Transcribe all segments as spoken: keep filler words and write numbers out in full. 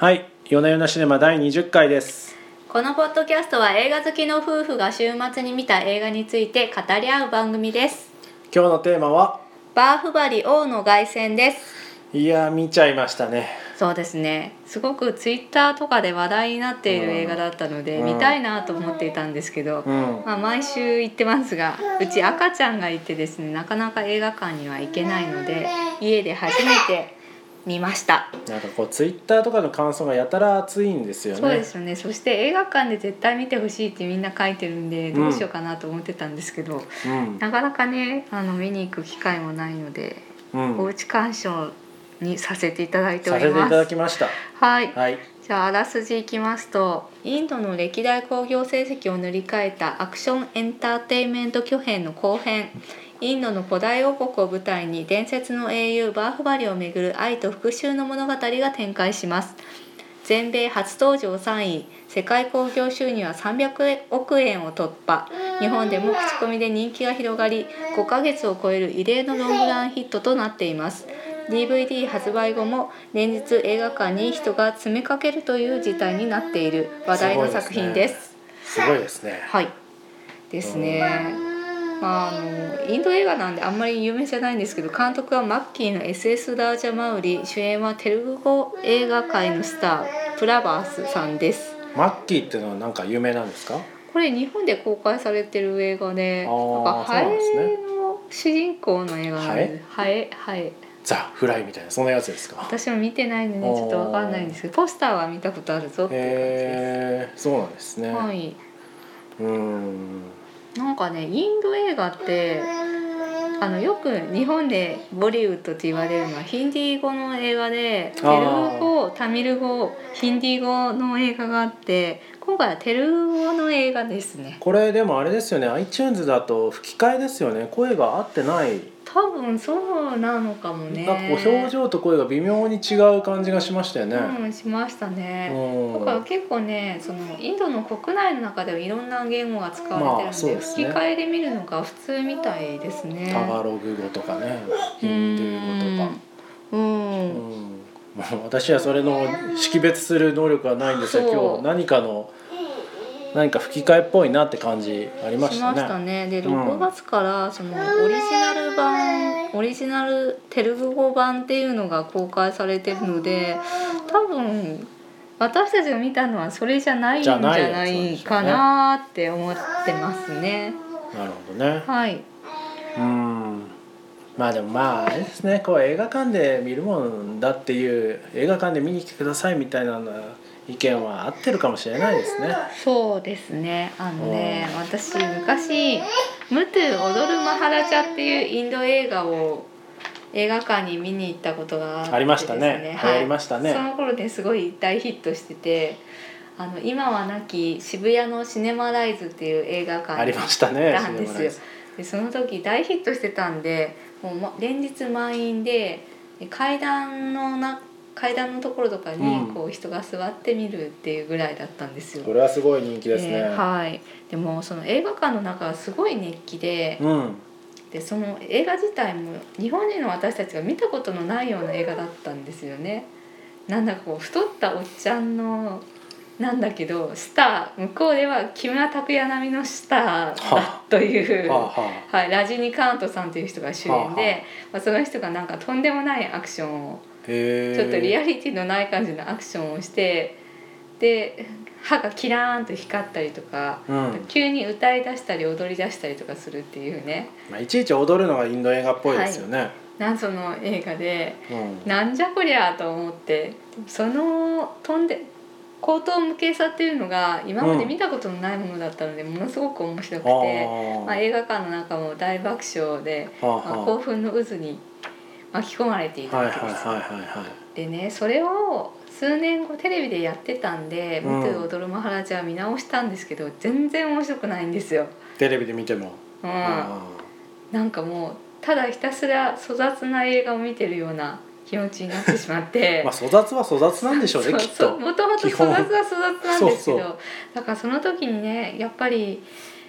はい、夜な夜なシネマだいにじゅっかいです。 このポッドキャストは映画好きの夫婦が週末に見た映画について語り合う番組です。 今日のテーマはバーフバリ王の凱旋です。 いや見ちゃいましたね。 そうですね、すごくツイッターとかで話題になっている映画だったので、うん、見たいなと思っていたんですけど、うんまあ、毎週行ってますが、うち赤ちゃんがいてですね、なかなか映画館には行けないので家で初めて見ました。 なんかこうツイッターとかの感想がやたら熱いんですよね。 そうですよね。そして映画館で絶対見てほしいってみんな書いてるんで、どうしようかなと思ってたんですけど、うん、なかなかねあの見に行く機会もないので、うん、おうち鑑賞にさせていただいております。 させていただきました。 はい、はい、じゃああらすじいきますと、インドの歴代興行成績を塗り替えたアクションエンターテインメント巨編の後編、インドの古代王国を舞台に伝説の英雄バーフバリをめぐる愛と復讐の物語が展開します。全米初登場さんい、世界興行収入はさんびゃくおくえんを突破。日本でも口コミで人気が広がり、ごかげつを超える異例のロングランヒットとなっています。 ディーブイディー 発売後も連日映画館に人が詰めかけるという事態になっている話題の作品です。 すごいですね。 はいですね。まあ、あのインド映画なんであんまり有名じゃないんですけど、監督はマッキーの エスエス ダージャマウリ、主演はテルグ語映画界のスタープラバースさんです。 マッキーっていうのはなんか有名なんですか？ これ日本で公開されてる映画で、なんかハエの主人公の映画なんです。ハエハエザ・フライみたいなそんなやつですか？ 私も見てないので、ね、ちょっと分かんないんですけど、ポスターは見たことあるぞっていう感じです。 へー、そうなんですね。 はい。 うーんなんかね、インド映画ってあのよく日本でボリウッドって言われるのはヒンディー語の映画で、テルグ語、タミル語、ヒンディー語の映画があって、今回はテルグ語の映画ですね。 これでもあれですよね、 iTunes だと吹き替えですよね。声が合ってない。 多分そうなのかもね。 なんかこう表情と声が微妙に違う感じがしましたよね。 うん、しましたね。だから結構ね、そのインドの国内の中ではいろんな言語が使われてるので、まあそうですね、吹き替えで見るのが普通みたいですね。 タガログ語とかね、ヒンドゥー語とか。うん、うん、私はそれの識別する能力はないんですが、今日何かの何か吹き替えっぽいなって感じありましたね。 しましたね。で、ろくがつからそのオリジナル版、オリジナルテルグ語版っていうのが公開されてるので、多分私たちが見たのはそれじゃないんじゃないかなって思ってますね。 なるほどね。 はい。 うん。まあでもまああれですね、こう映画館で見るもんだっていう、映画館で見に来てくださいみたいなのは意見は合ってるかもしれないですね。 そうですね。あのね、私昔ムトゥ踊るマハラジャっていうインド映画を映画館に見に行ったことがあってですね。 ありましたね。 はい、 ありましたね。 その頃ですごい大ヒットしてて、あの今はなき渋谷のシネマライズっていう映画館に行ったんですよ。でその時大ヒットしてたんで、もう連日満員で、階段のな階段のところとかにこう人が座って見るっていうぐらいだったんですよ。 これはすごい人気ですね。 えー、はい。でもその映画館の中はすごい熱気で、うん、でその映画自体も日本人の私たちが見たことのないような映画だったんですよね。なんだかこう太ったおっちゃんのなんだけどスター、向こうでは木村拓哉並みのスターだという、はあはい、ラジニカーントさんという人が主演で、はあまあ、その人がなんかとんでもないアクションを、ちょっとリアリティのない感じのアクションをして、で歯がキラーンと光ったりとか、うん、急に歌い出したり踊り出したりとかするっていうね、 まあ、いちいち踊るのがインド映画っぽいですよね。はい、 謎の映画で、うん、なんじゃこりゃと思って、その飛んで口頭無形さっていうのが今まで見たことのないものだったので、うん、ものすごく面白くて、まあ、映画館の中も大爆笑で、まあ、興奮の渦に巻き込まれていたわけです。でね、それを数年後テレビでやってたんで、ムトゥ踊るマハラジャ見直したんですけど、全然面白くないんですよ。 テレビで見ても、 うん、なんかもうただひたすら粗雑な映画を見てるような気持ちになってしまってまあ粗雑は粗雑なんでしょうね。きっともともと粗雑は粗雑なんですけど、そうそう、だからその時にね、やっぱり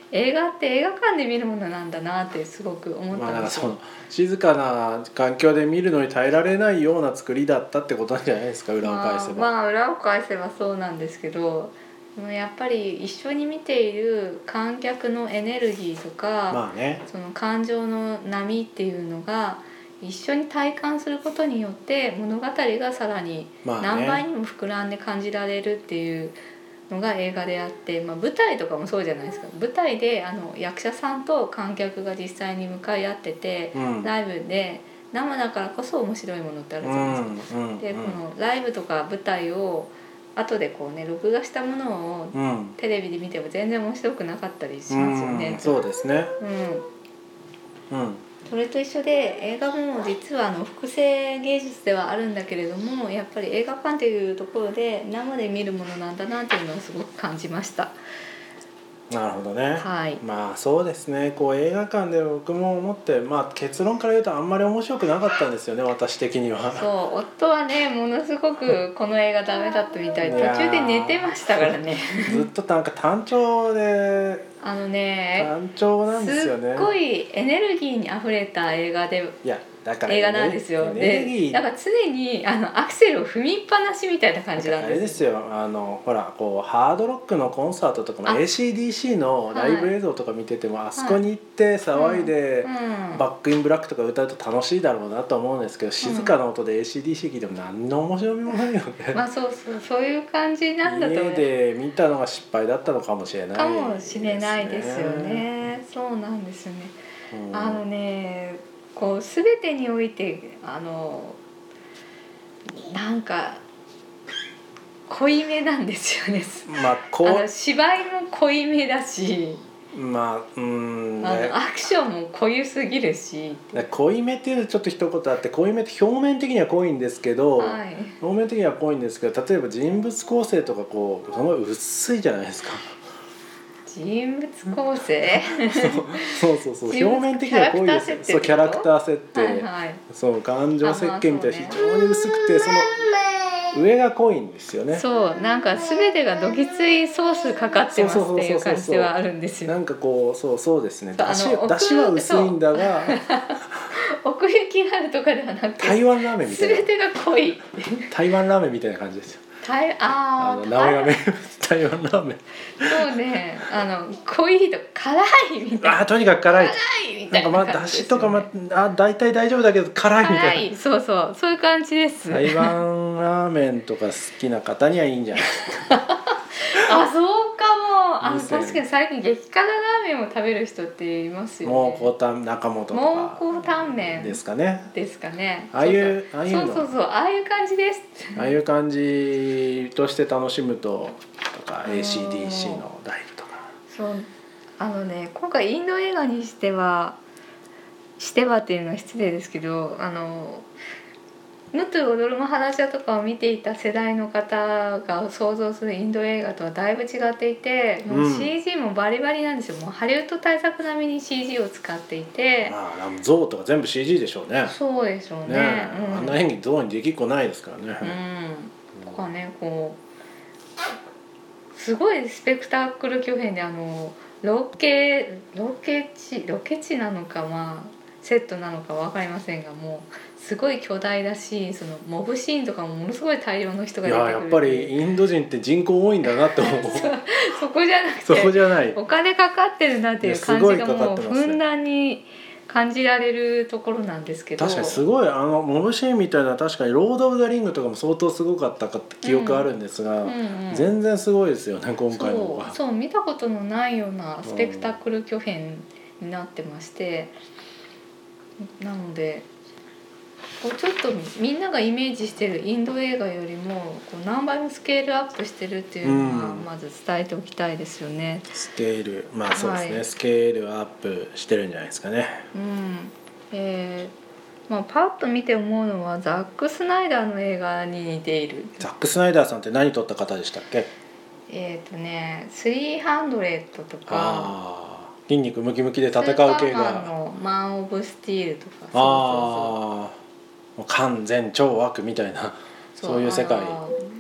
映画って映画館で見るものなんだなってすごく思ったんですよ。 まあ、なんかその静かな環境で見るのに耐えられないような作りだったってことなんじゃないですか、裏を返せば。 まあ、まあ裏を返せばそうなんですけど、でもやっぱり一緒に見ている観客のエネルギーとか、 まあね、 その感情の波っていうのが一緒に体感することによって物語がさらに何倍にも膨らんで感じられるっていうのが映画であって、まあ、舞台とかもそうじゃないですか。舞台であの役者さんと観客が実際に向かい合ってて、 うん、 ライブで生だからこそ面白いものってあるじゃないですか、うんうんうん、でこのライブとか舞台を後でこうね録画したものをテレビで見ても全然面白くなかったりしますよね、 うん、そうですね、 うんうん、それと一緒で映画も実はあの複製芸術ではあるんだけれども、やっぱり映画館というところで生で見るものなんだなっていうのをすごく感じました。 なるほどね、 はい、 まあそうですね、こう映画館で僕も思って、まあ、結論から言うとあんまり面白くなかったんですよね、私的には。 そう夫はねものすごくこの映画ダメだったみたいで途中で寝てましたからねずっとなんか単調であのね単調なんですよね。 すっごいエネルギーにあふれた映画でいやだから映画なんですよ。でだから常にあのアクセルを踏みっぱなしみたいな感じなんです。 あれですよ、あのほらこうハードロックのコンサートとかも エーシーディーシー のライブ映像とか見てても、はい、あそこに行って騒いで、うんうん、バックインブラックとか歌うと楽しいだろうなと思うんですけど、静かな音で エーシーディーシー 聴いても何の面白みもないよねまあそうそうそういう感じなんだと思う。 家で見たのが失敗だったのかもしれない、ね、 かもしれないですよね。そうなんですよね、うん、あのねこう全てにおいてあのなんか濃いめなんですよね、まあ、こうあの芝居も濃いめだし、 まあうんね、 あのアクションも濃ゆすぎるし、 濃いめっていうとちょっと一言あって、濃いめって表面的には濃いんですけど、はい、表面的には濃いんですけど、例えば人物構成とかこうすごい薄いじゃないですか。 人物構成そうそうそうそう表面的にはこういうそうキャラクター設定、はいはい、そう感情設計みたいな非常に薄くて、その上が濃いんですよね。 そうなんか全てがどぎついソースかかってますっていう感じではあるんですよ。 なんかこうそうそうですね、だしだしは薄いんだが奥行きがあるとかではなくて台湾ラーメンみたいな、 全てが濃い台湾ラーメンみたいな感じですよ。 台ああの名古屋名物台湾ラーメンそうね、あの濃いと辛いみたいな、 あとにかく辛い辛いみたいななんかまあだしとか、まあ大体大丈夫だけど辛いみたいな、辛いそうそうそういう感じです。 台湾ラーメンとか好きな方にはいいんじゃないですかあそうかも、あ確かに最近激辛ラーメンを食べる人っていますよね。 蒙古タン中本とか蒙古タンメンですかねですかね。 ああいうああいうのそうそうそうああいう感じですああいう感じとして楽しむととか エーシーディーシー のライブとかそうあのね今回インド映画にしてはしてはっていうのは失礼ですけど、あのムトゥ踊るマハラジャとかを見ていた世代の方が想像するインド映画とはだいぶ違っていて、もう シージー もバリバリなんですよ。もうハリウッド大作並みに シージー を使っていて、 まあゾウとか全部 シージー でしょうね。 そうでしょうね、 ね、 うん、 あんな演技ゾウにできっこないですからね。 うん、とかねこうすごいスペクタクル巨編であのロケロケ地ロケ地なのかまあセットなのか分かりませんが、もうすごい巨大だし、そのモブシーンとかもものすごい大量の人が出てくる。 いややっぱりインド人って人口多いんだなって思うそ, そこじゃなくてそこじゃないお金かかってるなっていう感じがもうふんだんに感じられるところなんですけど、 確かにすごいあのモブシーンみたいな、確かにロード・オブ・ザ・リングとかも相当すごかったかって記憶あるんですが、うんうんうん、全然すごいですよね今回のは。 そうそう見たことのないようなスペクタクル巨編になってまして、うん、なのでこうちょっとみんながイメージしてるインド映画よりもこう何倍もスケールアップしてるっていうのはまず伝えておきたいですよね、 うん、スケールまあそうですね、はい、スケールアップしてるんじゃないですかね。 うんえーまあ、パッと見て思うのはザック・スナイダーの映画に似ている。 ザック・スナイダーさんって何撮った方でしたっけ？ えっ、ー、とねスリーハンドレッドとか、 あ筋肉ムキムキで戦う系が、 スーパーマンのマン・オブ・スティールとか、そうそうそうあ完全超悪みたいなそういう世界。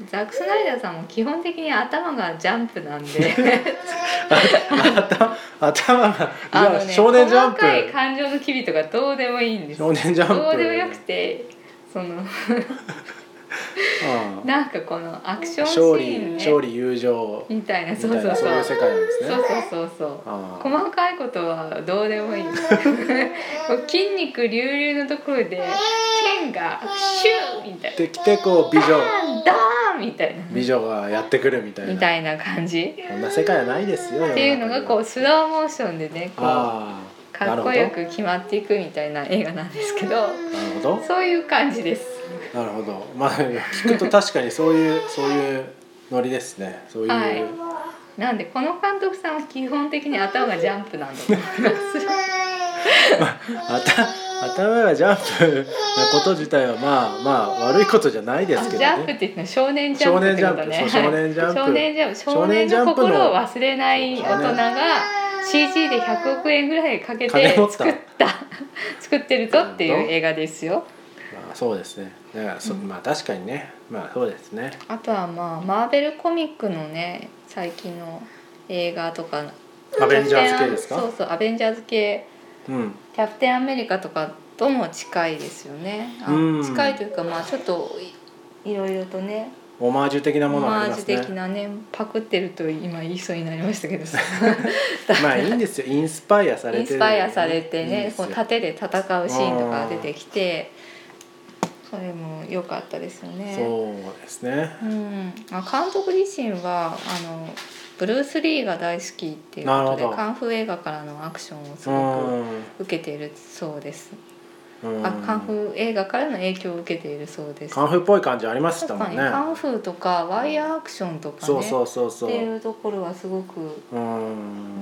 ザック・スナイダーさんも基本的に頭がジャンプなんで頭頭がじゃあ、 ね、 少年ジャンプ、 細かい感情の機微とかどうでもいいんです。 少年ジャンプどうでもよくて、そのなんかこのアクションシーンね、 勝利友情みたいな、そうそうそう、 そういう世界なんですね。 そうそうそうそう、細かいことはどうでもいい筋肉隆々のところで剣がシューみたいなできて、こう美女ダーンダーンみたいな、 美女がやってくるみたいなみたいな感じ、 そんな世界はないですよっていうのがこうスローモーションでね、こうかっこよく決まっていくみたいな映画なんですけど、 なるほど、 そういう感じです。 なるほど、まあ聞くと確かにそういうそういうノリですね。そういう、はい、 なんでこの監督さんは基本的に頭がジャンプなんだと思いますまあ、頭がジャンプなこと自体はまあまあ悪いことじゃないですけどね。 ジャンプって言ってのは少年ジャンプってことね。 少年ジャンプ、 少年ジャンプ、少年の心を忘れない大人が シージー でひゃくおくえんぐらいかけて作った作ってるぞっていう映画ですよ。 まあ、そうですね。だからそ、うん、まあ確かにね、まあそうですね。 あとはまあマーベルコミックのね、最近の映画とか、 アベンジャーズ系ですか？ そうそう、アベンジャーズ系、 うん、 キャプテンアメリカとかとも近いですよね。あ、うん、近いというか、まあちょっと い, いろいろとね、 オマージュ的なものありますね。 オマージュ的なね、パクってると今言いそうになりましたけどまあいいんですよ、インスパイアされて、 インスパイアされてね、こう盾で戦うシーンとか出てきて、それも良かったですよね。 そうですね、 うん、あ、監督自身はあのブルース・リーが大好きっていうことで、カンフー映画からのアクションをすごく受けているそうです。あ、カンフー映画からの影響を受けているそうです。 カンフーっぽい感じありましたもんね。 カンフーとかワイヤーアクションとかね、 そうそうそうそうっていうところはすごく、うん、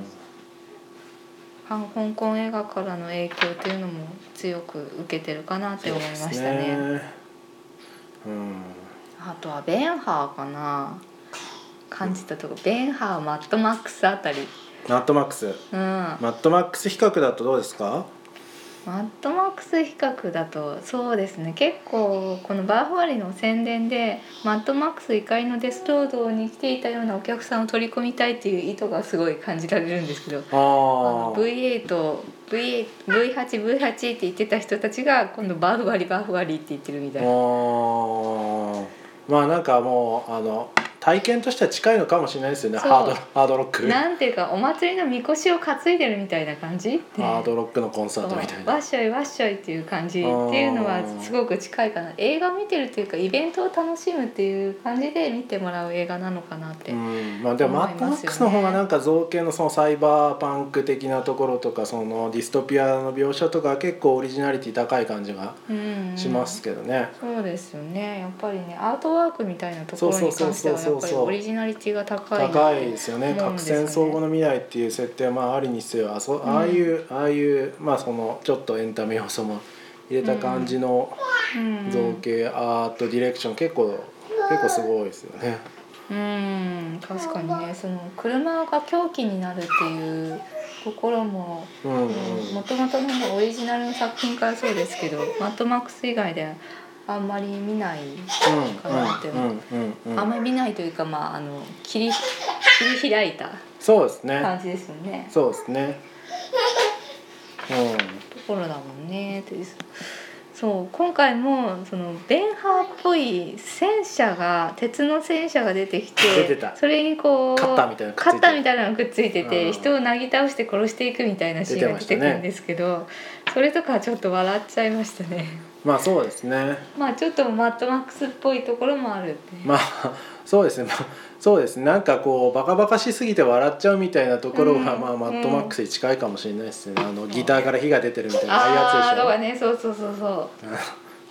香港映画からの影響っていうのも強く受けてるかなって思いましたね。ね、うん、あとはベンハーかな、感じたところ、ベンハー、マッドマックスあたり。 マッドマックス、うん、マッドマックス比較だとどうですか？ マッドマックス比較だとそうですね、結構このバーフバリの宣伝でマッドマックス怒りのデスロードに来ていたようなお客さんを取り込みたいっていう意図がすごい感じられるんですけど、あの ブイエイト、ブイエイト、ブイエイト、ブイエイト って言ってた人たちが今度バーフバリバーフバリって言ってるみたいな。 あ、まあなんかもうあの体験としては近いのかもしれないですよね。ハード、ハードロックなんていうかお祭りのみこしを担いでるみたいな感じ、 ハードロックのコンサートみたいな、 わっしょいわっしょいっていう感じっていうのはすごく近いかな。映画を見てるっていうかイベントを楽しむっていう感じで見てもらう映画なのかなって思いますよね。 まあ、でもマッドマックスの方がなんか造形のそのサイバーパンク的なところとか、そのディストピアの描写とか結構オリジナリティ高い感じがしますけどね。 うんうん、そうですよね。やっぱりね、アートワークみたいなところに関してはやっぱりオリジナリティが高い高いですよね。核戦争後の未来っていう設定はまあありにせよ、あそ、ああいう、うん、ああいうまあそのちょっとエンタメ要素も入れた感じの造形、うん、アートディレクション結構結構すごいですよね。 うん、確かにね、その車が凶器になるっていうところももともとのオリジナルの作品からそうですけど、マッドマックス以外であんまり見ないかなって、あんまり見ないというか、まああの切り切り開いたそうですね感じですよね。 そうですね。 うん。ところだもんね。そう、今回もそのベンハーっぽい戦車が鉄の戦車が出てきて、 出てた、 それにこうカッターみたいなカッターみたいなのがくっついてて、人をなぎ倒して殺していくみたいなシーンが出てくるんですけど、ね、それとかちょっと笑っちゃいましたね。 まあそうですね。 まあちょっとマッドマックスっぽいところもあるって。 まあそうですね。まあそうですね。なんかこうバカバカしすぎて笑っちゃうみたいなところが、うん、まあマッドマックスに近いかもしれないですね。あのギターから火が出てるみたいな、ああいうやつでしょ。 ああとかね、そうそうそうそう。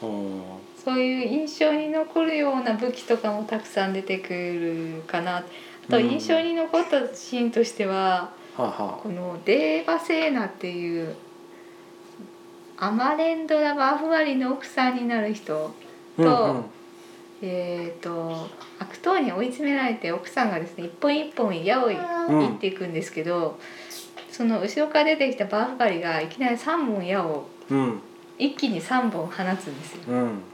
そういう印象に残るような武器とかもたくさん出てくるかな。あと印象に残ったシーンとしては、うん、はあ、このデーバ・セーナっていうアマレンドラ・バーフバリの奥さんになる人と、うんうん、えーと悪党に追い詰められて奥さんがですね一本一本矢を射っていくんですけど、うん、その後ろから出てきたバーフバリがいきなりさんぼん矢を一気にさんぼん放つんですよ。うん、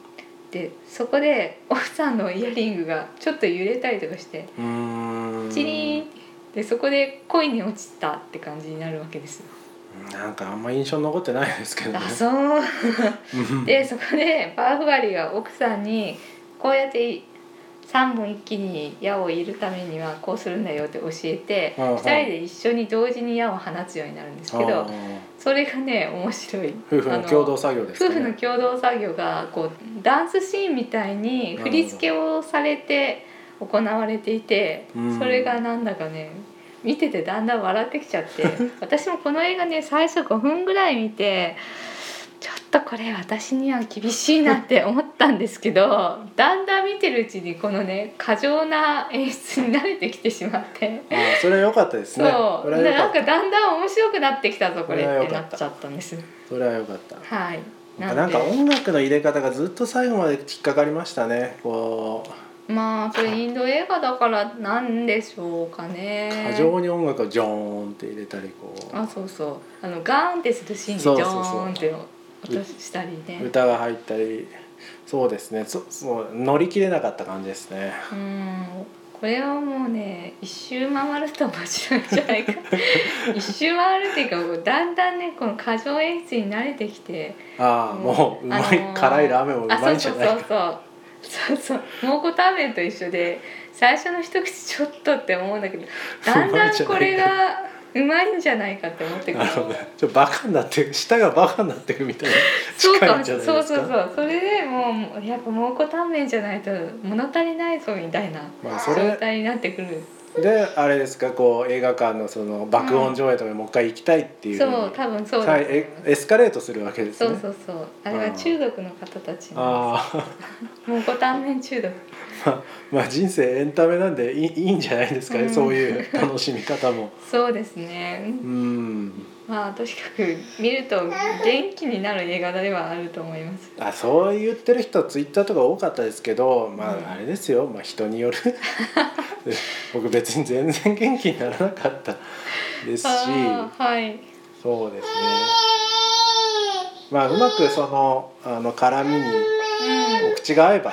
でそこで奥さんのイヤリングがちょっと揺れたりとかしてうーんチリーンでそこで恋に落ちたって感じになるわけですよ。 なんかあんま印象に残ってないですけどね。 あそうでそこでバーフバリが奥さんにこうやってさんぼん一気に矢を射るためにはこうするんだよって教えて、 うんうん、 ふたりで一緒に同時に矢を放つようになるんですけど、それがね面白い。 夫婦の共同作業ですかね。 夫婦の共同作業がこうダンスシーンみたいに振り付けをされて行われていて、それがなんだかね見ててだんだん笑ってきちゃって私もこの映画ね最初ごふんぐらい見てちょっとこれ私には厳しいなって思ったんですけどだんだん見てるうちにこのね過剰な演出に慣れてきてしまってああそれは良かったですね。 そうなんかだんだん面白くなってきたぞこれってなっちゃったんです。 それは良かった。 はいなんか音楽の入れ方がずっと最後まで引っかかりましたね。こうまあそれインド映画だからなんでしょうかね。 過剰に音楽をジョーンって入れたりこうあそうそうあのガーンってするシーンでジョーンって音したりね歌が入ったりそうですねそそう乗り切れなかった感じですね。 うんこれはもうね一周回ると面白いんじゃないか一周回るっていうかもうだんだんねこの過剰演出に慣れてきてああもううまい、あのー、辛いラーメンもうまいんじゃないか。 そうそうそうそうそう蒙古ターメンと一緒で最初の一口ちょっとって思うんだけどだんだんこれがうまいんじゃないかって思ってくる。 ちょっとバカになって舌がバカになってくみたいな近いんじゃないですか。 そうそうそうそれでもうやっぱ蒙古タンメンじゃないと物足りないぞみたいな状態になってくる。 であれですかこう映画館のその爆音上映とかにもう一回行きたいっていう、 うん、そう多分そうだ、 エ, エスカレートするわけですね。 そうそうそうあれは中毒の方たちなんです蒙古タンメン中毒まあ、まあ人生エンタメなんでい い, いいんじゃないですかね、うん、そういう楽しみ方もそうですねうんまあとにかく見ると元気になる映画ではあると思います。 あそう言ってる人はツイッターとか多かったですけどまああれですよ、まあ、人による僕別に全然元気にならなかったですし、 はい、 そうですねまあうまくそのあの絡みにお口が合えば、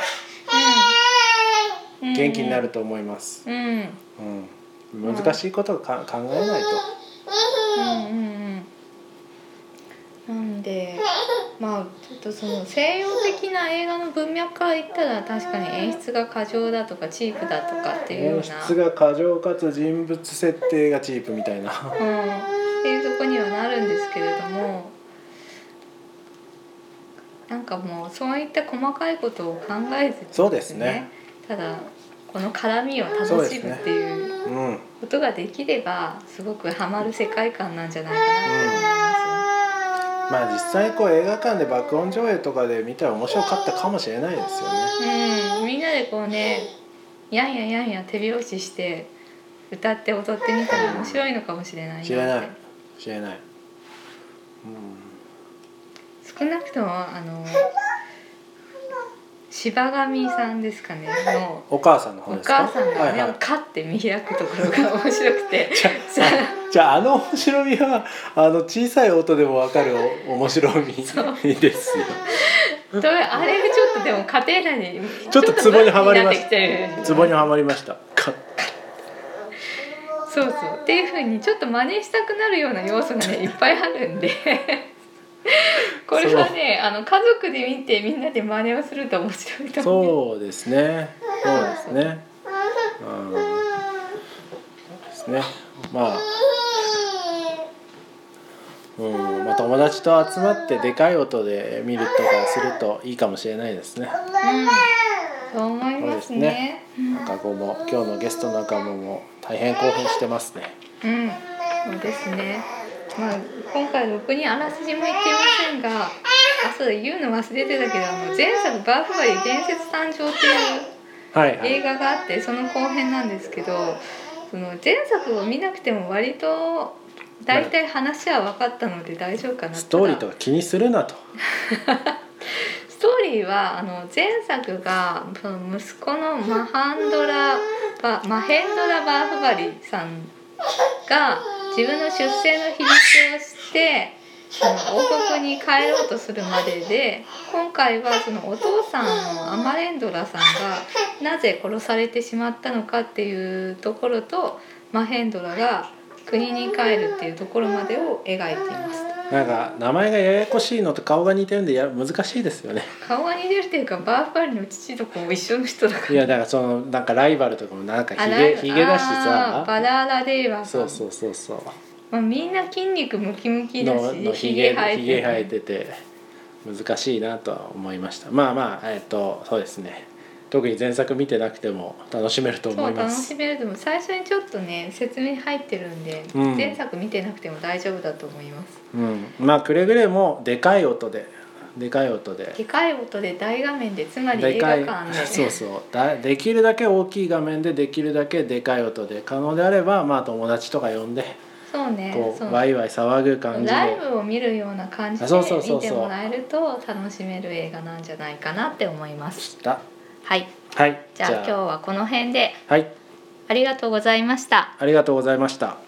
うん、元気になると思います、うんうん、難しいことをか考えないと、 うんうんうん、なんでまあちょっとその西洋的な映画の文脈から言ったら確かに演出が過剰だとかチープだとかっていうような演出が過剰かつ人物設定がチープみたいな、うん、 っていうとこにはなるんですけれどもなんかもうそういった細かいことを考えずに、ね、 そうですねただこの絡みを楽しむっていうことができればすごくハマる世界観なんじゃないかなって思います。 まあ実際こう映画館で爆音上映とかで見たら面白かったかもしれないですよね。うん、みんなでこうねやんややんや手拍子して歌って踊ってみたら面白いのかもしれないなって。 知れない知れない、うん、 少なくともあの柴上さんですかねのお母さんの方ですか。 お母さんが目をカッて見開くところが面白くてじゃああの面白みはあの小さい音でも分かる面白みですよあれがちょっとでも家庭内にちょっとツボにはまりましたツボにはまりましたそうそうっていう風にちょっと真似したくなるような要素がねいっぱいあるんでこれはねあの家族で見てみんなで真似をすると面白いと思う。 そうですねそうですねうんそうですねまあうんまあ、友達と集まってでかい音で見るとかするといいかもしれないですね。 うん、そう思いますね。 中子も今日のゲストの中子も大変興奮してますね。 うん、そうですね。まあ今回ろくにあらすじも言っていませんが、あそうだ言うの忘れてたけど、あの前作バーフバリ伝説誕生っていう映画があって、はいはい、その後編なんですけど、その前作を見なくても割と大体話は分かったので大丈夫かな。 ストーリーとか気にするなとストーリーはあの前作がその息子のマハンドラバマヘンドラ・バーフバリさんが自分の出生の秘密を知ってその王国に帰ろうとするまでで、今回はそのお父さんのアマレンドラさんがなぜ殺されてしまったのかっていうところと、マヘンドラが国に帰るっていうところまでを描いています。 なんか名前がややこしいのと顔が似てるんでや難しいですよね。 顔が似てるっていうか、バーファリの父とこも一緒の人だから。 いやだからそのなんかライバルとかもなんかひげひげだしさ、 バラーラデーバーそうそうそうそう、 まあ、みんな筋肉ムキムキだし、 のひげ生えてて難しいなとは思いました。まあまあえっとそうですね。特に前作見てなくても楽しめると思います。 そう楽しめると思う。最初にちょっとね説明入ってるんで、うん、前作見てなくても大丈夫だと思います。 うん、まあくれぐれもでかい音ででかい音ででかい音で大画面で、つまり映画館で、ね、 そうそうだできるだけ大きい画面でできるだけでかい音で、可能であればまあ友達とか呼んでそうねこうワイワイ騒ぐ感じでライブを見るような感じで見てもらえると楽しめる映画なんじゃないかなって思います。はい、 はい、 じゃあ今日はこの辺で、 はい、 ありがとうございました。 ありがとうございました。